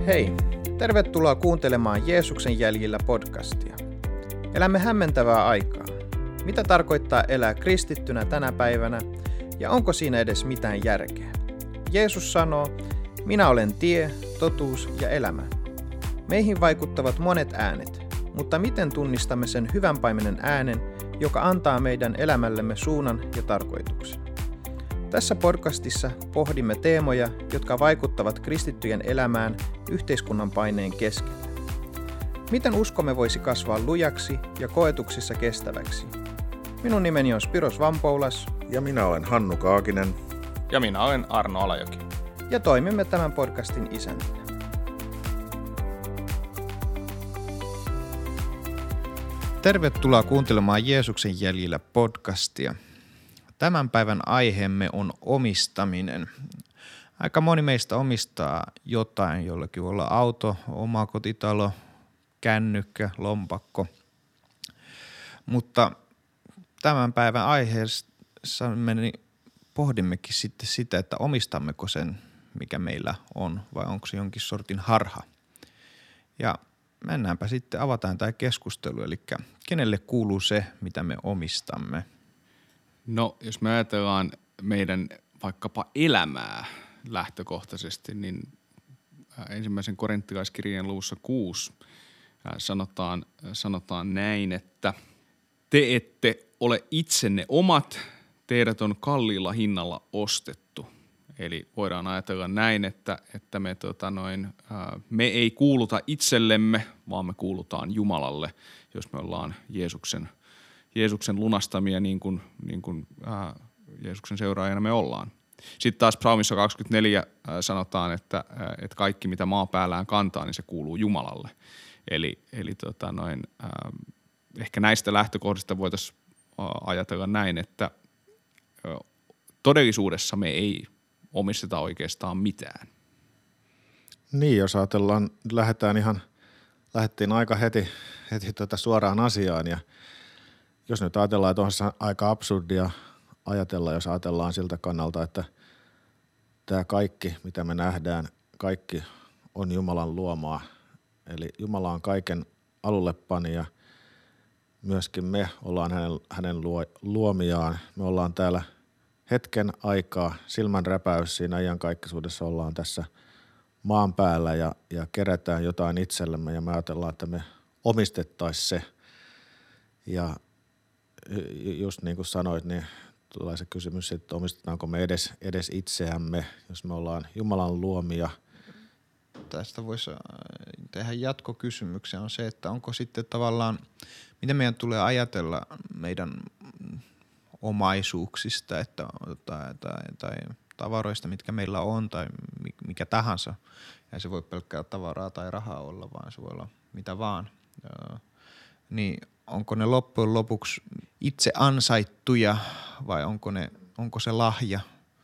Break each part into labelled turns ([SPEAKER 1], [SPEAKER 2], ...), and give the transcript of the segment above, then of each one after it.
[SPEAKER 1] Hei, tervetuloa kuuntelemaan Jeesuksen jäljillä podcastia. Elämme hämmentävää aikaa. Mitä tarkoittaa elää kristittynä tänä päivänä ja onko siinä edes mitään järkeä? Jeesus sanoo, minä olen tie, totuus ja elämä. Meihin vaikuttavat monet äänet, mutta miten tunnistamme sen hyvän paimenen äänen, joka antaa meidän elämällemme suunnan ja tarkoituksen? Tässä podcastissa pohdimme teemoja, jotka vaikuttavat kristittyjen elämään yhteiskunnan paineen keskellä. Miten uskomme voisi kasvaa lujaksi ja koetuksissa kestäväksi? Minun nimeni on Spiros Vampoulas.
[SPEAKER 2] Ja minä olen Hannu Kaakinen.
[SPEAKER 3] Ja minä olen Arno Alajoki.
[SPEAKER 1] Ja toimimme tämän podcastin isäntinä. Tervetuloa kuuntelemaan Jeesuksen jäljillä podcastia. Tämän päivän aiheemme on omistaminen. Aika moni meistä omistaa jotain, jollakin voi olla auto, omakotitalo, kännykkä, lompakko. Mutta tämän päivän aiheessa me pohdimmekin sitten sitä, että omistammeko sen, mikä meillä on, vai onko se jonkin sortin harha. Ja mennäänpä sitten, avataan tämä keskustelu, eli kenelle kuuluu se, mitä me omistamme?
[SPEAKER 3] No, jos me ajatellaan meidän vaikkapa elämää lähtökohtaisesti, niin ensimmäisen korinttilaiskirjeen luvussa 6 sanotaan näin, että te ette ole itsenne omat, teidät on kalliilla hinnalla ostettu. Eli voidaan ajatella näin, että me ei kuuluta itsellemme, vaan me kuulutaan Jumalalle, jos me ollaan Jeesuksen lunastamia niin kuin Jeesuksen seuraajana me ollaan. Sitten taas Psalmissa 24 sanotaan, että kaikki mitä maa päällään kantaa, niin se kuuluu Jumalalle. Eli ehkä näistä lähtökohdista voitaisiin ajatella näin, että todellisuudessa me ei omisteta oikeastaan mitään.
[SPEAKER 2] Niin, jos ajatellaan, lähdettiin aika heti suoraan asiaan ja jos nyt ajatellaan, että on se aika absurdia ajatella, jos ajatellaan siltä kannalta, että tämä kaikki, mitä me nähdään, kaikki on Jumalan luomaa. Eli Jumala on kaiken alullepanija. Myöskin me ollaan hänen luomiaan. Me ollaan täällä hetken aikaa, silmänräpäys siinä iankaikkisuudessa ollaan tässä maan päällä ja kerätään jotain itsellemme ja me ajatellaan, että me omistettaisiin se. Ja just niin kuin sanoit, niin tulee se kysymys, että omistetaanko me edes itseämme, jos me ollaan Jumalan luomia.
[SPEAKER 1] Tästä voisi tehdä jatkokysymyksen on se, että onko sitten tavallaan, miten meidän tulee ajatella meidän omaisuuksista tai tavaroista, mitkä meillä on tai mikä tahansa. Ja se voi pelkkää tavaraa tai rahaa olla, vaan se voi olla mitä vaan. Niin onko ne loppujen lopuksi itse ansaittuja vai onko se lahja?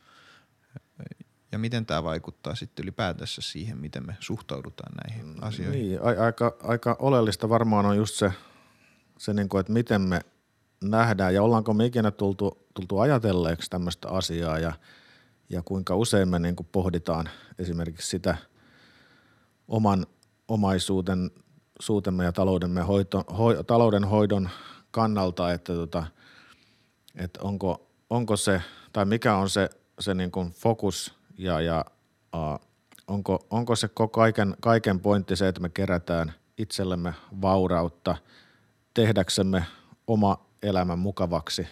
[SPEAKER 1] Ja miten tämä vaikuttaa sitten ylipäätänsä siihen, miten me suhtaudutaan näihin asioihin?
[SPEAKER 2] Niin, aika oleellista varmaan on just se niin kuin, että miten me nähdään ja ollaanko me ikinä tultu ajatelleeksi tämmöistä asiaa ja kuinka usein me niin kuin pohditaan esimerkiksi sitä oman omaisuutemme ja taloudenhoidon kannalta, että onko se tai mikä on se niin kuin fokus ja onko se kaiken pointti se, että me kerätään itsellemme vaurautta tehdäksemme oma elämän mukavaksi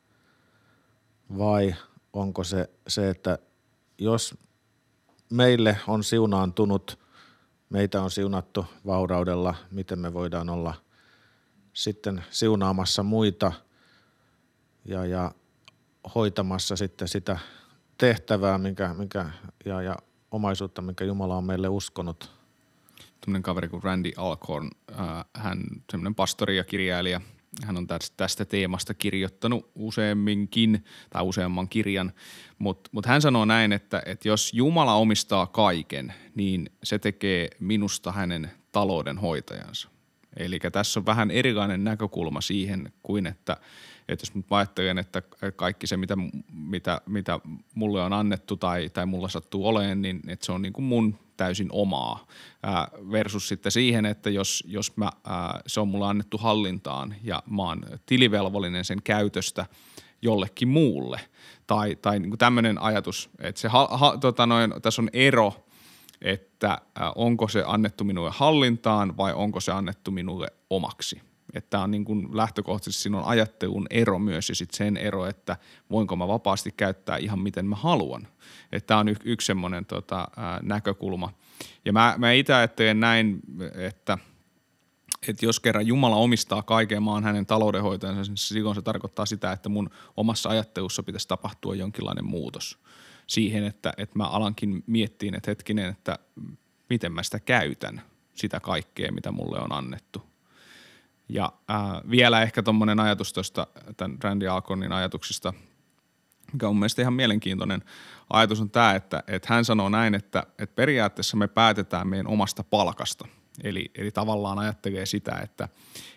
[SPEAKER 2] vai onko se, että jos meille on siunaantunut, meitä on siunattu vauraudella, miten me voidaan olla sitten siunaamassa muita ja hoitamassa sitten sitä tehtävää ja omaisuutta, minkä Jumala on meille uskonut.
[SPEAKER 3] Tämmöinen kaveri kuin Randy Alcorn, hän semmoinen pastori ja kirjailija, hän on tästä teemasta kirjoittanut useamman kirjan, mutta hän sanoo näin, että jos Jumala omistaa kaiken, niin se tekee minusta hänen taloudenhoitajansa. Eli tässä on vähän erilainen näkökulma siihen kuin, että jos nyt ajattelen, että kaikki se, mitä mulle on annettu tai mulla sattuu oleen, niin että se on niin kuin mun täysin omaa versus sitten siihen, että jos se on mulle annettu hallintaan ja mä oon tilivelvollinen sen käytöstä jollekin muulle. Tai niin kuin tämmöinen ajatus, että tässä on ero, että onko se annettu minulle hallintaan vai onko se annettu minulle omaksi. Että on niin kuin lähtökohtaisesti siinä on ajattelun ero myös ja sitten sen ero, että voinko mä vapaasti käyttää ihan miten mä haluan. Että tämä on yksi semmoinen näkökulma. Ja mä itse ajattelen näin, että jos kerran Jumala omistaa kaiken, mä oon hänen taloudenhoitajansa, niin silloin se tarkoittaa sitä, että mun omassa ajattelussa pitäisi tapahtua jonkinlainen muutos siihen, että mä alankin miettiin, että hetkinen, että miten mä sitä käytän, sitä kaikkea, mitä mulle on annettu. Ja vielä ehkä tommonen ajatus tuosta tämän Randy Alcornin ajatuksista, mikä on mun mielestä ihan mielenkiintoinen ajatus on tämä, että hän sanoo näin, että periaatteessa me päätetään meidän omasta palkasta. Eli tavallaan ajattelee sitä, että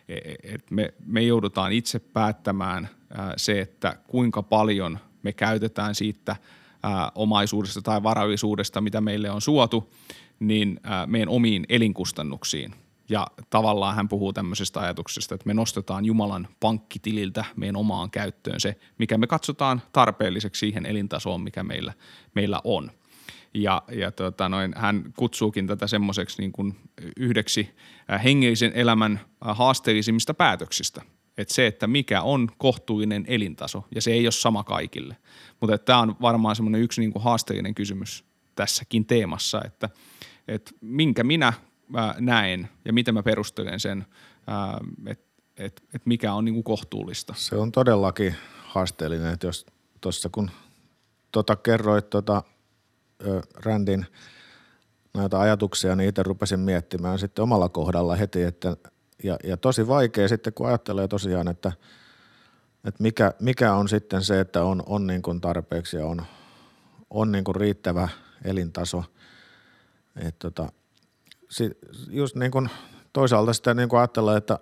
[SPEAKER 3] me joudutaan itse päättämään se, että kuinka paljon me käytetään siitä omaisuudesta tai varallisuudesta, mitä meille on suotu, niin meidän omiin elinkustannuksiin. Ja tavallaan hän puhuu tämmöisestä ajatuksesta, että me nostetaan Jumalan pankkitililtä meidän omaan käyttöön se, mikä me katsotaan tarpeelliseksi siihen elintasoon, mikä meillä on. Ja hän kutsuukin tätä semmoiseksi niin kuin yhdeksi hengellisen elämän haasteellisimmista päätöksistä. Että se, että mikä on kohtuullinen elintaso, ja se ei ole sama kaikille. Mutta tämä on varmaan semmoinen yksi niin kuin haasteellinen kysymys tässäkin teemassa, että minkä minä näen ja miten mä perustelen sen, että mikä on niin kuin kohtuullista.
[SPEAKER 2] Se on todellakin haasteellinen, että jos tuossa kun kerroit Randin näitä ajatuksia, niin itse rupesin miettimään sitten omalla kohdalla heti, että ja tosi vaikea sitten, kun ajattelee tosiaan, että mikä on sitten se, että on niin kuin tarpeeksi ja on niin kuin riittävä elintaso. Että just niin kuin toisaalta sitä niin kuin ajattelee, että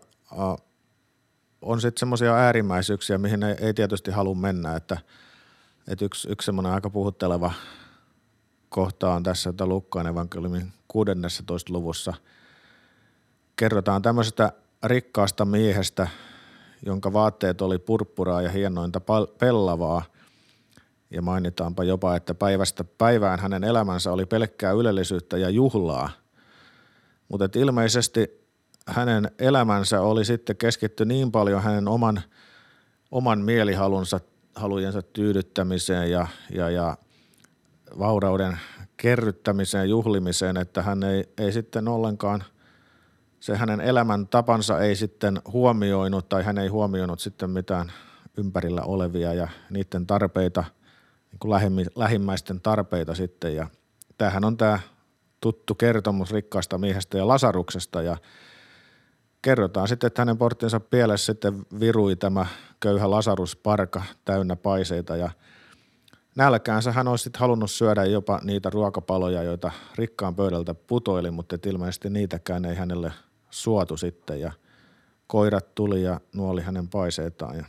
[SPEAKER 2] on sitten semmoisia äärimmäisyyksiä, mihin ei tietysti halua mennä, että yksi semmoinen aika puhutteleva kohta on tässä, että Luukkaan evankeliumin 16. luvussa kerrotaan tämmöisestä rikkaasta miehestä, jonka vaatteet oli purppuraa ja hienointa pellavaa. Ja mainitaanpa jopa, että päivästä päivään hänen elämänsä oli pelkkää ylellisyyttä ja juhlaa. Mutta ilmeisesti hänen elämänsä oli sitten keskitty niin paljon hänen oman mielihalujensa tyydyttämiseen ja vaurauden kerryttämiseen, juhlimiseen, että hän ei sitten ollenkaan, se hänen elämän tapansa ei sitten huomioinut tai hän ei huomioinut sitten mitään ympärillä olevia ja niiden tarpeita, niin kuin lähimmäisten tarpeita sitten. Ja tämähän on tämä tuttu kertomus rikkaasta miehestä ja Lasaruksesta ja kerrotaan sitten, että hänen porttinsa pielessä sitten virui tämä köyhä Lasarusparka täynnä paiseita ja nälkäänsä hän olisi sitten halunnut syödä jopa niitä ruokapaloja, joita rikkaan pöydältä putoili, mutta ilmeisesti niitäkään ei hänelle suotu sitten ja koirat tuli ja nuoli hänen paiseitaan.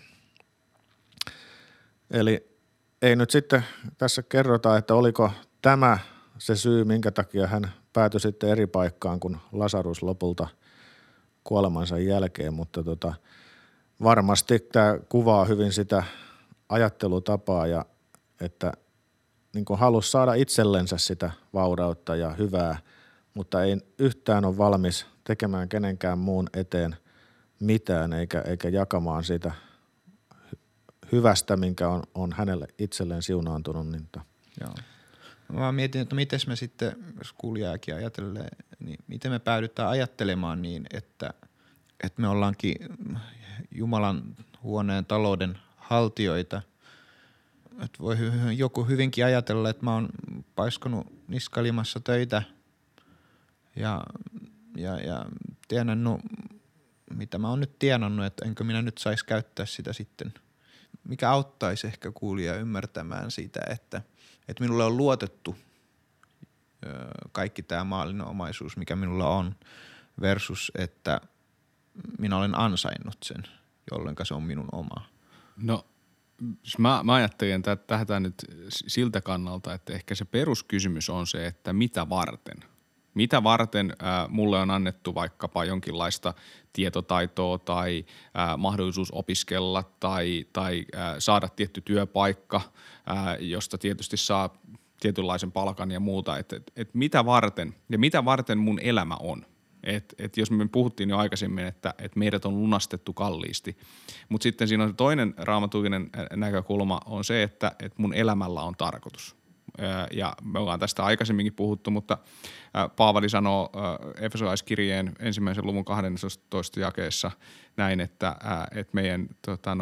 [SPEAKER 2] Eli ei nyt sitten tässä kerrota, että oliko tämä se syy, minkä takia hän päätyi sitten eri paikkaan kuin Lasarus lopulta kuolemansa jälkeen, mutta varmasti tämä kuvaa hyvin sitä ajattelutapaa ja että niin kuin halusi saada itsellensä sitä vaurautta ja hyvää, mutta ei yhtään ole valmis tekemään kenenkään muun eteen mitään eikä jakamaan sitä hyvästä, minkä on hänelle itselleen siunaantunut.
[SPEAKER 1] Joo. Mä mietin, että miten me sitten, jos kuulijaakin ajattelee, niin miten me päädytään ajattelemaan niin, että me ollaankin Jumalan huoneen talouden haltijoita. Että voi joku hyvinkin ajatella, että mä oon paiskonut niskalimassa töitä ja tienannut, mitä mä oon nyt tienannut, että enkö minä nyt saisi käyttää sitä sitten. Mikä auttaisi ehkä kuulijaa ymmärtämään sitä, että minulle on luotettu kaikki tämä maallinen omaisuus, mikä minulla on, versus että minä olen ansainnut sen, jolloin se on minun oma.
[SPEAKER 3] No, mä ajattelen, että tähdätään nyt siltä kannalta, että ehkä se peruskysymys on se, että mitä varten Mitä varten mulle on annettu vaikkapa jonkinlaista tietotaitoa tai mahdollisuus opiskella tai saada tietty työpaikka, josta tietysti saa tietynlaisen palkan ja muuta, että mitä varten ja mitä varten mun elämä on. Et jos me puhuttiin jo aikaisemmin, että meidät on lunastettu kalliisti, mutta sitten siinä on se toinen raamatullinen näkökulma on se, että mun elämällä on tarkoitus. Ja me ollaan tästä aikaisemminkin puhuttu, mutta Paavali sanoo Efesolaiskirjeen 1. luvun 12. jakeessa näin, että meidän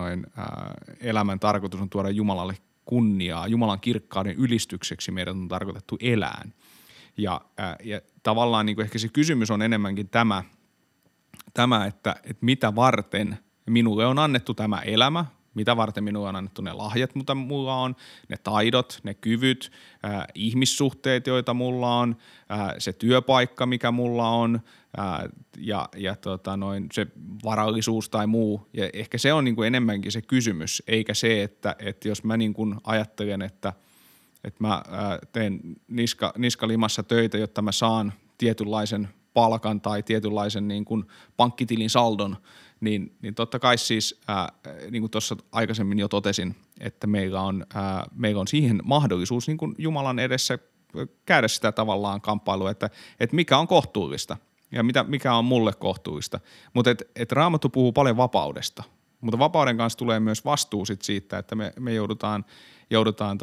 [SPEAKER 3] elämän tarkoitus on tuoda Jumalalle kunniaa, Jumalan kirkkauden ylistykseksi meidät on tarkoitettu elään. Ja tavallaan niin kuin ehkä se kysymys on enemmänkin tämä että mitä varten minulle on annettu tämä elämä, mitä varten minulle on annettu ne lahjat, mitä mulla on, ne taidot, ne kyvyt, ihmissuhteet, joita mulla on, se työpaikka, mikä mulla on ja se varallisuus tai muu. Ja ehkä se on niin kuin enemmänkin se kysymys, eikä se, että jos mä niin kuin ajattelen, että mä teen niskalimassa töitä, jotta mä saan tietynlaisen palkan tai tietynlaisen niin kuin pankkitilin saldon, niin totta kai siis, niin kuin tuossa aikaisemmin jo totesin, että meillä on siihen mahdollisuus niin kuin Jumalan edessä käydä sitä tavallaan kamppailua, että mikä on kohtuullista ja mikä on mulle kohtuullista. Mutta Raamattu puhuu paljon vapaudesta, mutta vapauden kanssa tulee myös vastuu sit siitä, että me joudutaan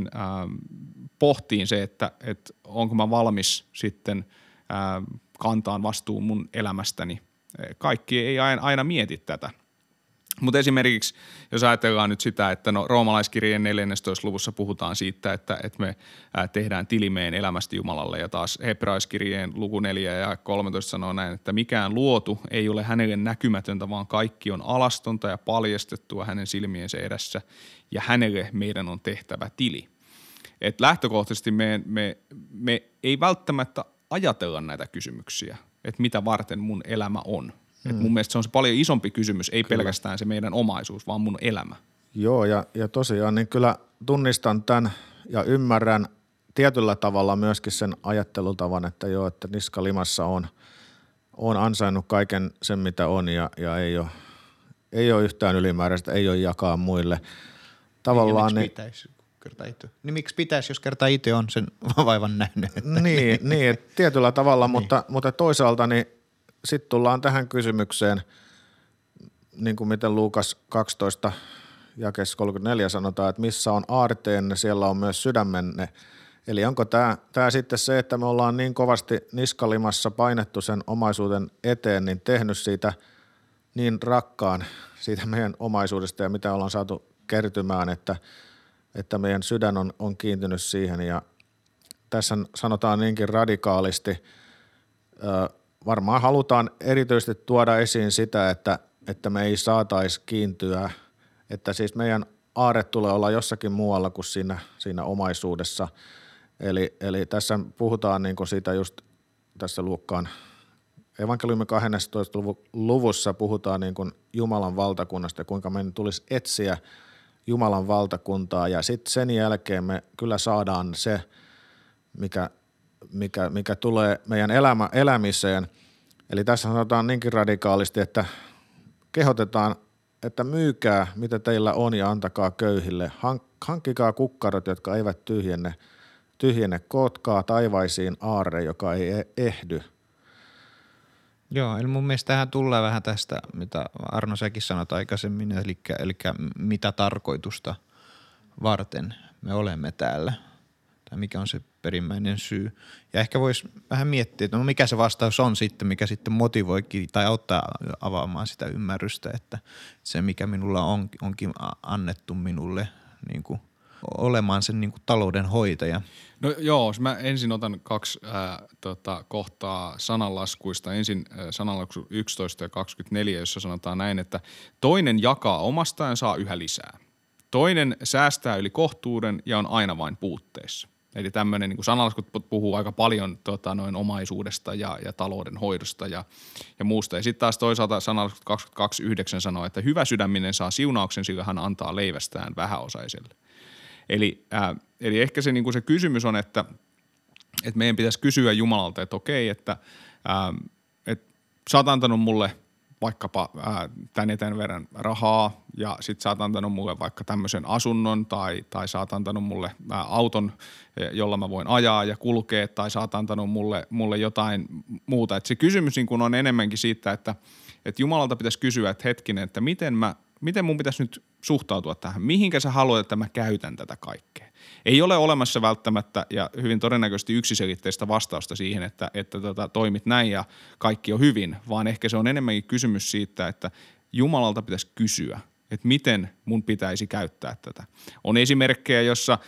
[SPEAKER 3] pohtiin se, että onko mä valmis sitten kantaan vastuun mun elämästäni. Kaikki ei aina mieti tätä. Mutta esimerkiksi, jos ajatellaan nyt sitä, että Roomalaiskirjeen 14. luvussa puhutaan siitä, että me tehdään tili meidän elämästä Jumalalle, ja taas Hebraiskirjeen luku 4 ja 13 sanoo näin, että mikään luotu ei ole hänelle näkymätöntä, vaan kaikki on alastonta ja paljastettua hänen silmiensä edessä, ja hänelle meidän on tehtävä tili. Et lähtökohtaisesti me ei välttämättä ajatella näitä kysymyksiä, että mitä varten mun elämä on. Et mun mielestä se on se paljon isompi kysymys, ei kyllä pelkästään se meidän omaisuus, vaan mun elämä. Joo,
[SPEAKER 2] ja tosiaan niin kyllä tunnistan tämän ja ymmärrän tietyllä tavalla myöskin sen ajattelutavan, että joo, että niskalimassa on ansainnut kaiken sen, mitä on ja ei ole yhtään ylimääräistä, ei ole jakaa muille. Tavallaan
[SPEAKER 1] miksi pitäisi, jos kerta itse on sen vaivan nähnyt?
[SPEAKER 2] Niin että tietyllä tavalla, mutta toisaalta niin sitten tullaan tähän kysymykseen, niin kuin miten Luukas 12 jakeessa 34 sanotaan, että missä on aarteenne, siellä on myös sydämenne. Eli onko tämä sitten se, että me ollaan niin kovasti niskalimassa painettu sen omaisuuden eteen, niin tehnyt siitä niin rakkaan siitä meidän omaisuudesta ja mitä ollaan saatu kertymään, että meidän sydän on kiintynyt siihen. Ja tässä sanotaan niinkin radikaalisti, varmaan halutaan erityisesti tuoda esiin sitä, että me ei saataisi kiintyä, että siis meidän aarre tulee olla jossakin muualla kuin siinä omaisuudessa. Eli tässä puhutaan niin kuin siitä just tässä Luukkaan evankeliumin 12. luvussa puhutaan niin kuin Jumalan valtakunnasta ja kuinka meidän tulisi etsiä Jumalan valtakuntaa ja sitten sen jälkeen me kyllä saadaan se, mikä tulee meidän elämiseen. Eli tässä sanotaan niinkin radikaalisti, että kehotetaan, että myykää mitä teillä on ja antakaa köyhille. Hankkikaa kukkarot, jotka eivät tyhjenne, kootkaa taivaisiin aarre, joka ei ehdy.
[SPEAKER 1] Joo, eli mun mielestä tähän tulee vähän tästä, mitä Arno säkin sanot aikaisemmin, eli mitä tarkoitusta varten me olemme täällä, tai mikä on se perimmäinen syy. Ja ehkä voisi vähän miettiä, että mikä se vastaus on sitten, mikä sitten motivoikin tai auttaa avaamaan sitä ymmärrystä, että se mikä minulla onkin annettu minulle niin kuin olemaan sen niin kuin talouden hoitaja.
[SPEAKER 3] No joo, mä ensin otan kaksi kohtaa sananlaskuista. Ensin sananlasku 11 ja 24, jossa sanotaan näin, että toinen jakaa omastaan ja saa yhä lisää. Toinen säästää yli kohtuuden ja on aina vain puutteessa. Eli tämmöinen niin kuin sananlaskut puhuu aika paljon omaisuudesta ja talouden hoidosta ja muusta. Ja sitten taas toisaalta sananlaskut 22.9 sanoo, että hyvä sydäminen saa siunauksen, sillä hän antaa leivästään vähäosaiselle. Eli ehkä se, niin kuin se kysymys on, että että meidän pitäisi kysyä Jumalalta, että okei, että sä oot antanut mulle vaikkapa tän ja tän verran rahaa ja sit sä oot antanut mulle vaikka tämmöisen asunnon tai sä oot antanut mulle auton, jolla mä voin ajaa ja kulkea tai sä oot antanut mulle jotain muuta. Et se kysymys niin kun on enemmänkin siitä, että Jumalalta pitäisi kysyä, että hetkinen, että miten mun pitäisi nyt suhtautua tähän? Mihinkä sä haluat, että mä käytän tätä kaikkea? Ei ole olemassa välttämättä ja hyvin todennäköisesti yksiselitteistä vastausta siihen, että toimit näin ja kaikki on hyvin, vaan ehkä se on enemmänkin kysymys siitä, että Jumalalta pitäisi kysyä, että miten mun pitäisi käyttää tätä. On esimerkkejä, jossa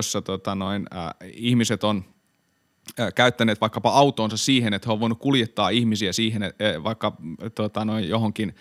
[SPEAKER 3] ihmiset on käyttäneet vaikkapa autoonsa siihen, että he on voinut kuljettaa ihmisiä siihen, vaikka johonkin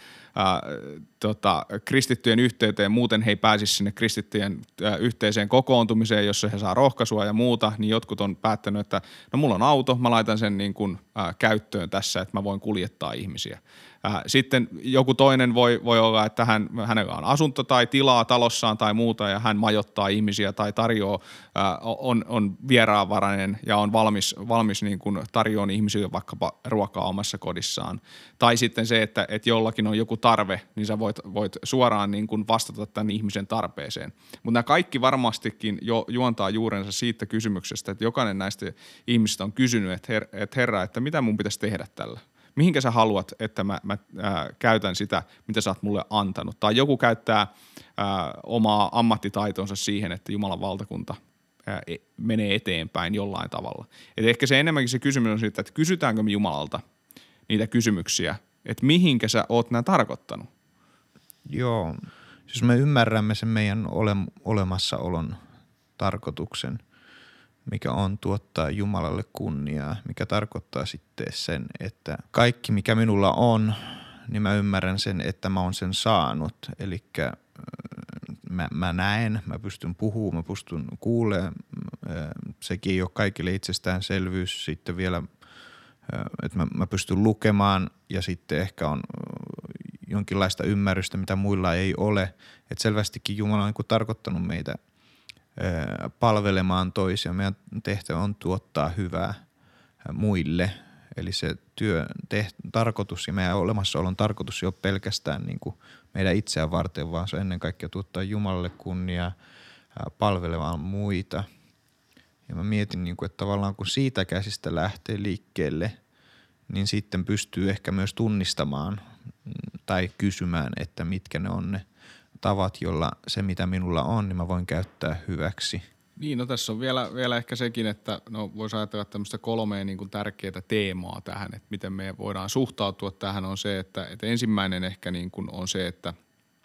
[SPEAKER 3] kristittyjen yhteyteen, muuten he ei pääsisi sinne kristittyjen yhteiseen kokoontumiseen, jossa he saa rohkaisua ja muuta, niin jotkut on päättänyt, että no mulla on auto, mä laitan sen niin kuin käyttöön tässä, että mä voin kuljettaa ihmisiä. Sitten joku toinen voi olla, että hänellä on asunto tai tilaa talossaan tai muuta ja hän majoittaa ihmisiä tai tarjoaa, on vieraanvarainen ja on valmis niin kuin tarjoamaan ihmisille vaikkapa ruokaa omassa kodissaan. Tai sitten se, että jollakin on joku tarve, niin sä voit suoraan niin kuin vastata tämän ihmisen tarpeeseen. Mutta nämä kaikki varmastikin juontaa juurensa siitä kysymyksestä, että jokainen näistä ihmisistä on kysynyt, että Herra, että mitä mun pitäisi tehdä tällä? Mihinkä sä haluat, että mä käytän sitä, mitä sä oot mulle antanut? Tai joku käyttää omaa ammattitaitonsa siihen, että Jumalan valtakunta menee eteenpäin jollain tavalla. Et ehkä se enemmänkin se kysymys on siitä, että kysytäänkö me Jumalalta niitä kysymyksiä, että mihinkä sä oot nämä tarkoittanut?
[SPEAKER 4] Joo, jos me ymmärrämme sen meidän olemassaolon tarkoituksen, mikä on tuottaa Jumalalle kunniaa, mikä tarkoittaa sitten sen, että kaikki mikä minulla on, niin mä ymmärrän sen, että mä oon sen saanut. Eli mä näen, mä pystyn puhumaan, mä pystyn kuulemaan. Sekin ei ole kaikille itsestäänselvyys. Sitten vielä, että mä pystyn lukemaan ja sitten ehkä on jonkinlaista ymmärrystä, mitä muilla ei ole. Että selvästikin Jumala on tarkoittanut meitä palvelemaan toisia. Meidän tehtävä on tuottaa hyvää muille. Eli se tarkoitus ja meidän olemassaolon tarkoitus ei ole pelkästään niin kuin meidän itseään varten, vaan se ennen kaikkea tuottaa Jumalalle kunniaa, palvelemaan muita. Ja mä mietin, niin kuin, että tavallaan kun siitä käsistä lähtee liikkeelle, niin sitten pystyy ehkä myös tunnistamaan tai kysymään, että mitkä ne on ne tavat, jolla se mitä minulla on, niin mä voin käyttää hyväksi.
[SPEAKER 3] Niin, no tässä on vielä ehkä sekin, että voisi ajatella tämmöistä 3 niin kuin tärkeää teemaa tähän, että miten me voidaan suhtautua tähän on se, että ensimmäinen ehkä niin kuin on se, että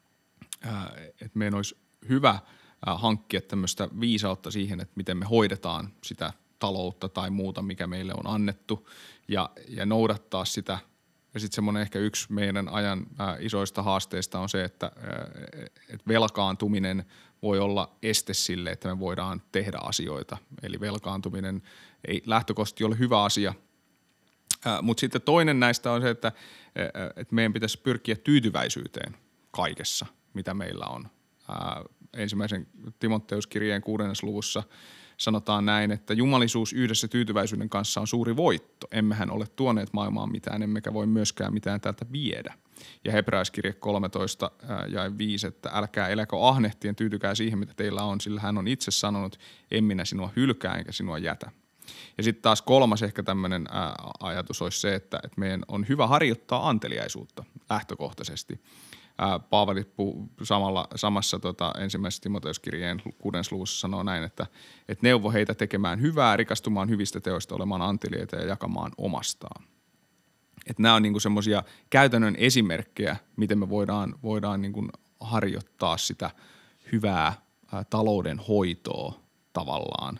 [SPEAKER 3] meidän olisi hyvä hankkia tämmöistä viisautta siihen, että miten me hoidetaan sitä taloutta tai muuta, mikä meille on annettu ja noudattaa sitä. Ja sitten semmoinen ehkä yksi meidän ajan isoista haasteista on se, että velkaantuminen voi olla este sille, että me voidaan tehdä asioita. Eli velkaantuminen ei lähtökohtaisesti ole hyvä asia. Mutta sitten toinen näistä on se, että meidän pitäisi pyrkiä tyytyväisyyteen kaikessa, mitä meillä on. Ensimmäisen Timoteus-kirjeen 6. luvussa sanotaan näin, että jumalisuus yhdessä tyytyväisyyden kanssa on suuri voitto. Emmehän ole tuoneet maailmaan mitään, emmekä voi myöskään mitään täältä viedä. Ja Hebrealaiskirje 13 ja 5, että älkää eläkö ahnehtiin, tyytykää siihen, mitä teillä on, sillä hän on itse sanonut, en minä sinua hylkää enkä sinua jätä. Ja sitten taas 3 ehkä tämmöinen ajatus olisi se, että meidän on hyvä harjoittaa anteliaisuutta lähtökohtaisesti. Paavali samassa ensimmäisessä Timoteuskirjeen 6. luvussa sanoo näin, että neuvo heitä tekemään hyvää, rikastumaan hyvistä teoista, olemaan anteliaita ja jakamaan omastaan. Että nämä on niinku semmoisia käytännön esimerkkejä, miten me voidaan niinku harjoittaa sitä hyvää talouden hoitoa tavallaan.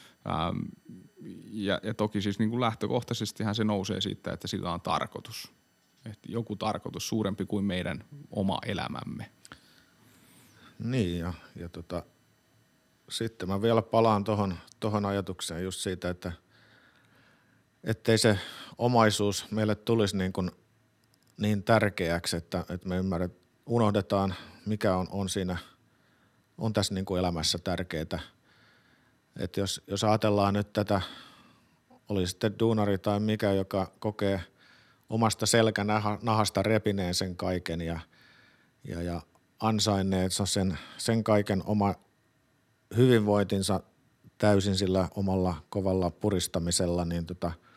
[SPEAKER 3] Ja toki siis niinku lähtökohtaisestihan se nousee siitä, että sillä on tarkoitus. Että joku tarkoitus suurempi kuin meidän oma elämämme.
[SPEAKER 2] Niin ja sitten mä vielä palaan tohon ajatukseen just siitä, että ettei se omaisuus meille tulisi niin tärkeäksi, että me unohdetaan, mikä on siinä, on tässä niin kuin elämässä tärkeää. Että jos ajatellaan nyt tätä oli sitten duunari tai mikä, joka kokee omasta repineen sen kaiken ja ansainneet sen kaiken oma hyvinvointinsa täysin sillä omalla kovalla puristamisella, niin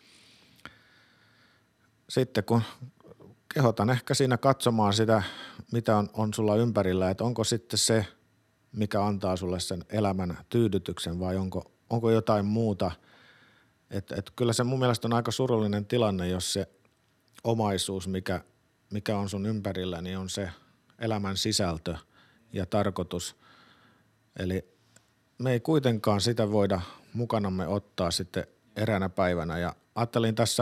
[SPEAKER 2] sitten kun kehotan ehkä siinä katsomaan sitä, mitä on sulla ympärillä, että onko sitten se, mikä antaa sulle sen elämän tyydytyksen vai onko jotain muuta. Et kyllä se mun mielestä on aika surullinen tilanne, jos se omaisuus, mikä on sun ympärillä, niin on se elämän sisältö ja tarkoitus. Eli me ei kuitenkaan sitä voida mukanamme ottaa sitten eräänä päivänä. Ja ajattelin tässä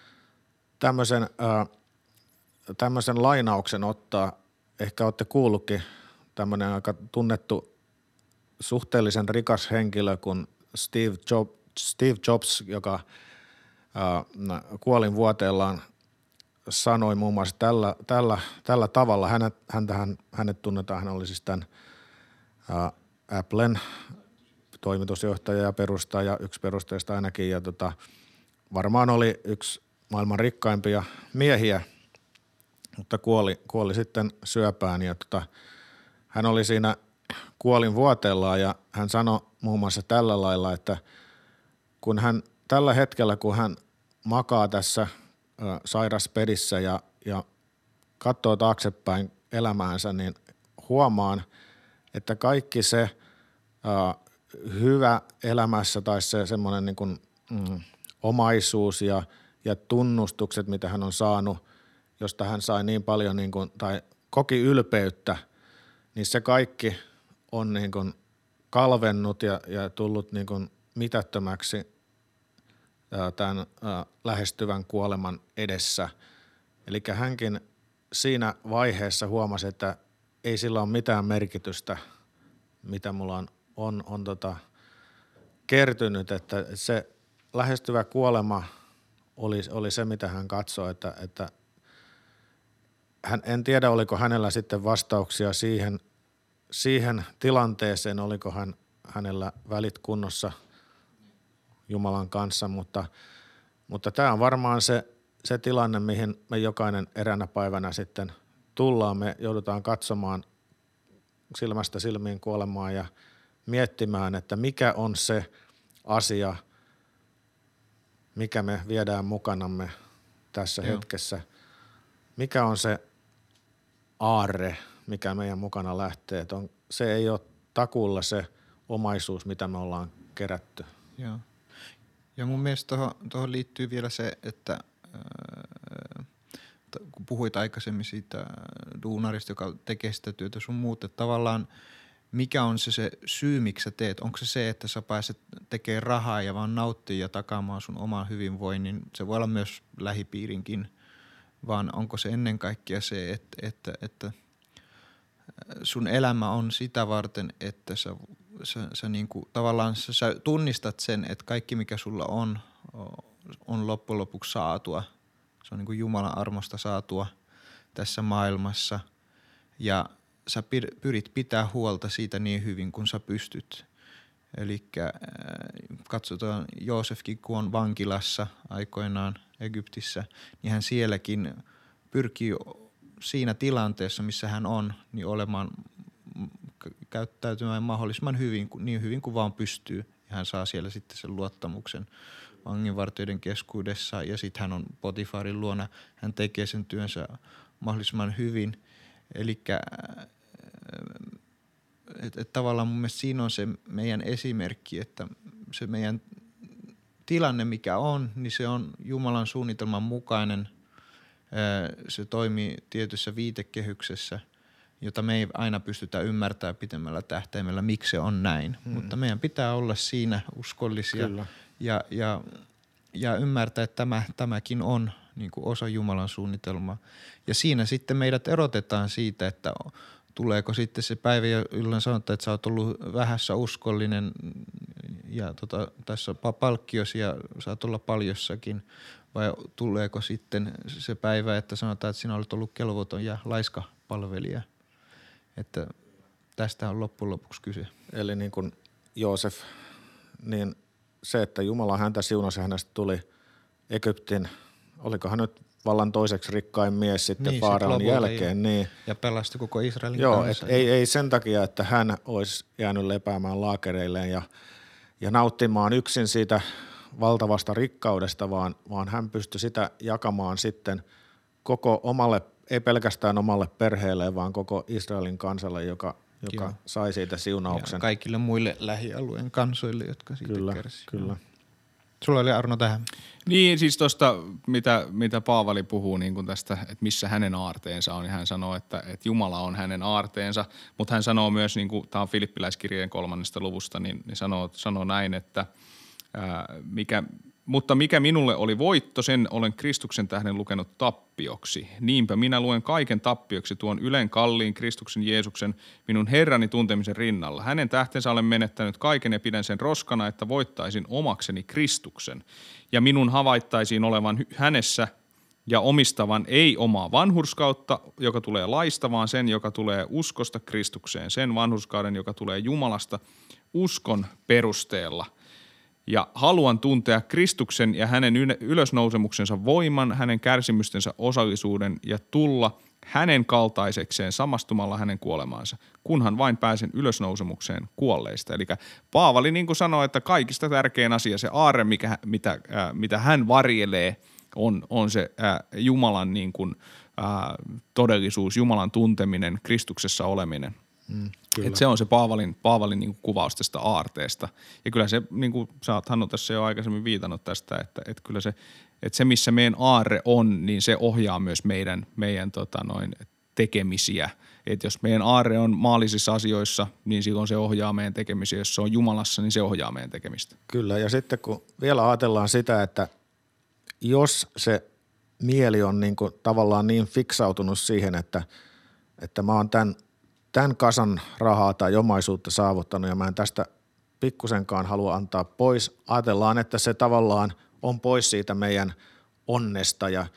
[SPEAKER 2] tämmöisen lainauksen ottaa. Ehkä olette kuullutkin tämmöinen aika tunnettu suhteellisen rikas henkilö kuin Steve Jobs, joka kuolinvuoteellaan sanoi muun muassa tällä tavalla. Hänet tunnetaan, hän oli siis tämän Applen toimitusjohtaja ja perustaja, yksi perustajista ainakin, ja varmaan oli yksi maailman rikkaimpia miehiä, mutta kuoli sitten syöpään, ja hän oli siinä kuolinvuoteellaan, ja hän sanoi muun muassa tällä lailla, että tällä hetkellä, kun hän makaa tässä sairaspedissä ja katsoo taaksepäin elämäänsä, niin huomaan, että kaikki se hyvä elämässä tai se semmoinen niin kuin, omaisuus ja tunnustukset, mitä hän on saanut, josta hän sai niin paljon niin kuin, tai koki ylpeyttä, niin se kaikki on niin kuin kalvennut ja tullut niin kuin mitättömäksi tämän lähestyvän kuoleman edessä. Eli hänkin siinä vaiheessa huomasi, että ei sillä ole mitään merkitystä, mitä mulla on kertynyt, että se lähestyvä kuolema oli se, mitä hän katsoi, että en tiedä, oliko hänellä sitten vastauksia siihen tilanteeseen, oliko hänellä välit kunnossa Jumalan kanssa, mutta tämä on varmaan se tilanne, mihin me jokainen eräänä päivänä sitten tullaan. Me joudutaan katsomaan silmästä silmiin kuolemaan ja miettimään, että mikä on se asia, mikä me viedään mukanamme tässä hetkessä. Mikä on se aarre, mikä meidän mukana lähtee. Se ei ole takuulla se omaisuus, mitä me ollaan kerätty.
[SPEAKER 4] Joo. Ja mun mielestä tuohon liittyy vielä se, että kun puhuit aikaisemmin siitä duunarista, joka tekee sitä työtä sun muut, että tavallaan mikä on se syy, miksi sä teet? Onko se, että sä pääset tekemään rahaa ja vaan nauttii ja takaamaan sun oman hyvinvoinnin? Se voi olla myös lähipiirinkin, vaan onko se ennen kaikkea se, että sun elämä on sitä varten, että sä niinku, tavallaan sä tunnistat sen, että kaikki mikä sulla on loppujen lopuksi saatua. Se on niinku Jumalan armosta saatua tässä maailmassa ja sä pyrit pitää huolta siitä niin hyvin kuin sä pystyt. Elikkä katsotaan Joosefkin, kun on vankilassa aikoinaan Egyptissä, niin hän sielläkin pyrkii siinä tilanteessa, missä hän on, niin olemaan käyttäytymään mahdollisimman hyvin, niin hyvin kuin vaan pystyy. Ja hän saa siellä sitten sen luottamuksen vanginvartijoiden keskuudessa ja sitten hän on Potifarin luona. Hän tekee sen työnsä mahdollisimman hyvin. Elikkä tavallaan mun mielestä siinä on se meidän esimerkki, että se meidän tilanne mikä on, niin se on Jumalan suunnitelman mukainen. Se toimii tietyssä viitekehyksessä, jota me ei aina pystytä ymmärtämään pitemmällä tähtäimellä, miksi se on näin. Mutta meidän pitää olla siinä uskollisia ja ymmärtää, että tämäkin on niin kuin osa Jumalan suunnitelmaa. Ja siinä sitten meidät erotetaan siitä, että tuleeko sitten se päivä, jolloin sanotaan, että sä oot ollut vähässä uskollinen ja tässä palkkiosi ja saat olla paljossakin. Vai tuleeko sitten se päivä, että sanotaan, että sinä olet ollut kelvoton ja laiska palvelija. Että tästä on loppujen lopuksi kyse.
[SPEAKER 2] Eli niin kuin Joosef, niin se, että Jumala häntä siunasi, hänestä tuli Egyptin, olikohan nyt vallan toiseksi rikkain mies sitten
[SPEAKER 4] Niin,
[SPEAKER 2] Faaraon
[SPEAKER 4] sit
[SPEAKER 2] jälkeen. Niin.
[SPEAKER 4] Ja pelasti koko Israelin
[SPEAKER 2] Joo,
[SPEAKER 4] kansan.
[SPEAKER 2] ei sen takia, että hän olisi jäänyt lepäämään laakereilleen ja nauttimaan yksin siitä valtavasta rikkaudesta, vaan hän pystyi sitä jakamaan sitten koko omalle, ei pelkästään omalle perheelleen, vaan koko Israelin kansalle, joka sai siitä siunauksen.
[SPEAKER 4] Ja kaikille muille lähialueen kansoille, jotka siitä kärsivät.
[SPEAKER 2] Kyllä.
[SPEAKER 4] Sulla oli Arno tähän.
[SPEAKER 3] Niin, siis tuosta, mitä Paavali puhuu niin kuin tästä, että missä hänen aarteensa on, niin hän sanoo, että Jumala on hänen aarteensa, mutta hän sanoo myös, niin kuin tämä on Filippiläiskirjeen 3. luvusta, niin sanoo näin, että mutta mikä minulle oli voitto, sen olen Kristuksen tähden lukenut tappioksi. Niinpä minä luen kaiken tappioksi tuon ylen kalliin Kristuksen Jeesuksen minun Herrani tuntemisen rinnalla. Hänen tähtensä olen menettänyt kaiken ja pidän sen roskana, että voittaisin omakseni Kristuksen. Ja minun havaittaisiin olevan hänessä ja omistavan ei omaa vanhurskautta, joka tulee laista, vaan sen, joka tulee uskosta Kristukseen. Sen vanhurskauden, joka tulee Jumalasta uskon perusteella. Ja haluan tuntea Kristuksen ja hänen ylösnousemuksensa voiman, hänen kärsimystensä osallisuuden ja tulla hänen kaltaisekseen samastumalla hänen kuolemaansa, kunhan vain pääsen ylösnousemukseen kuolleista. Eli Paavali niin kuin sanoi, että kaikista tärkein asia, se aarre, mitä hän varjelee, on se Jumalan niin kuin, todellisuus, Jumalan tunteminen, Kristuksessa oleminen. Että se on se Paavalin niin kuin kuvaus tästä aarteesta. Ja kyllä se, niin kuin sä oot Hannu tässä jo aikaisemmin viitannut tästä, että kyllä se, että se missä meidän aarre on, niin se ohjaa myös meidän tekemisiä. Että jos meidän aarre on maallisissa asioissa, niin silloin se ohjaa meidän tekemisiä. Jos se on Jumalassa, niin se ohjaa meidän tekemistä.
[SPEAKER 2] Kyllä, ja sitten kun vielä ajatellaan sitä, että jos se mieli on niin kuin tavallaan niin fiksautunut siihen, että mä oon tämän kasan rahaa tai omaisuutta saavuttanut ja mä en tästä pikkusenkaan halua antaa pois. Ajatellaan, että se tavallaan on pois siitä meidän onnesta ja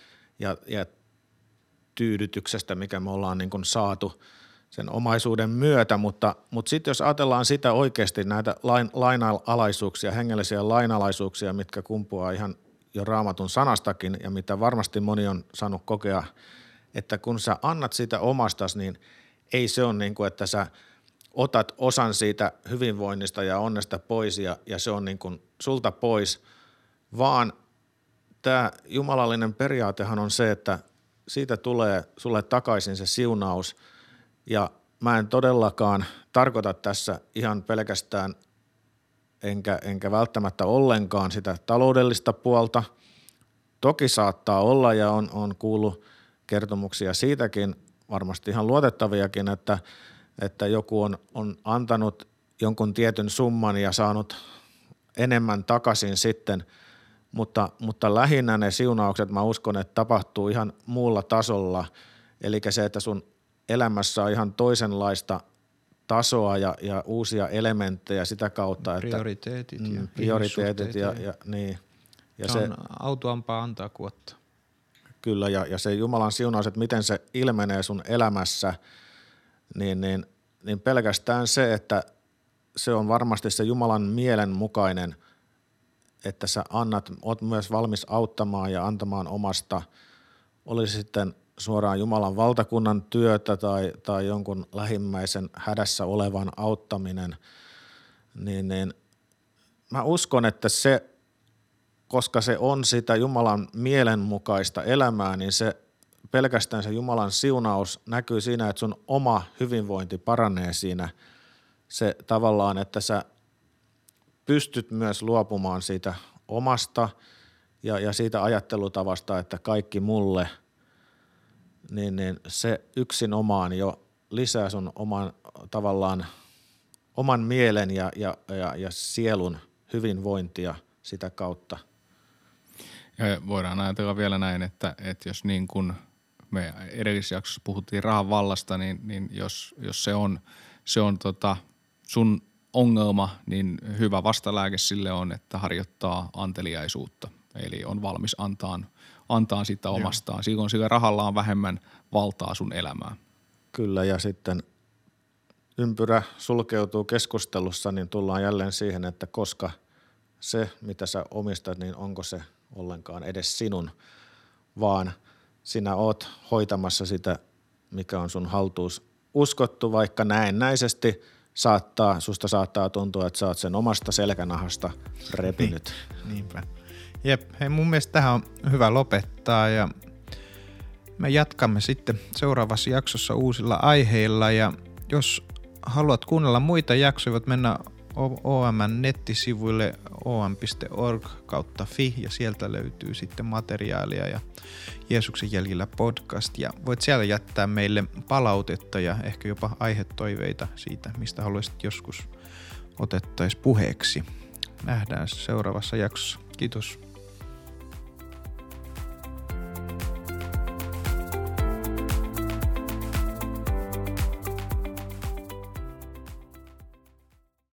[SPEAKER 2] tyydytyksestä, mikä me ollaan niin kuin saatu sen omaisuuden myötä, mutta sitten jos ajatellaan sitä oikeasti näitä lainalaisuuksia, hengellisiä lainalaisuuksia, mitkä kumpuaa ihan jo Raamatun sanastakin ja mitä varmasti moni on saanut kokea, että kun sä annat sitä omastas, niin ei se ole niin kuin, että sä otat osan siitä hyvinvoinnista ja onnesta pois ja se on niin kuin sulta pois, vaan tämä jumalallinen periaatehan on se, että siitä tulee sulle takaisin se siunaus ja mä en todellakaan tarkoita tässä ihan pelkästään enkä välttämättä ollenkaan sitä taloudellista puolta. Toki saattaa olla ja on kuullut kertomuksia siitäkin, varmasti ihan luotettaviakin, että joku on antanut jonkun tietyn summan ja saanut enemmän takaisin sitten, mutta lähinnä ne siunaukset mä uskon, että tapahtuu ihan muulla tasolla, eli se, että sun elämässä on ihan toisenlaista tasoa ja uusia elementtejä sitä kautta, että prioriteetit ja niin. Ja
[SPEAKER 4] se on autuampaa antaa kuin ottaa.
[SPEAKER 2] Kyllä, ja se Jumalan siunaus, että miten se ilmenee sun elämässä, niin pelkästään se, että se on varmasti se Jumalan mielen mukainen, että sä oot myös valmis auttamaan ja antamaan omasta, olisi sitten suoraan Jumalan valtakunnan työtä tai jonkun lähimmäisen hädässä olevan auttaminen, niin mä uskon, että se, koska se on sitä Jumalan mielenmukaista elämää, niin se pelkästään se Jumalan siunaus näkyy siinä, että sun oma hyvinvointi paranee siinä. Se tavallaan, että sä pystyt myös luopumaan siitä omasta ja siitä ajattelutavasta, että kaikki mulle, niin se yksin omaan jo lisää sun oman mielen ja sielun hyvinvointia sitä kautta.
[SPEAKER 3] Ja voidaan ajatella vielä näin, että jos niin kuin me edellisessä jaksossa puhuttiin rahan vallasta, niin jos se on sun ongelma, niin hyvä vastalääke sille on, että harjoittaa anteliaisuutta. Eli on valmis antaa sitä omastaan. Silloin sillä rahalla on vähemmän valtaa sun elämään.
[SPEAKER 2] Kyllä, ja sitten ympyrä sulkeutuu keskustelussa, niin tullaan jälleen siihen, että koska se, mitä sä omistat, niin onko se ollenkaan edes sinun, vaan sinä oot hoitamassa sitä, mikä on sun haltuus uskottu, vaikka näennäisesti susta saattaa tuntua, että sä oot sen omasta selkänahasta repinyt.
[SPEAKER 4] Niinpä. Jep, hei mun mielestä tähän on hyvä lopettaa ja me jatkamme sitten seuraavassa jaksossa uusilla aiheilla ja jos haluat kuunnella muita jaksoja, voit mennä OM:n nettisivuille om.org/fi ja sieltä löytyy sitten materiaalia ja Jeesuksen jäljillä podcast ja voit siellä jättää meille palautetta ja ehkä jopa aihetoiveita siitä, mistä haluaisit joskus otettaisiin puheeksi. Nähdään seuraavassa jaksossa. Kiitos.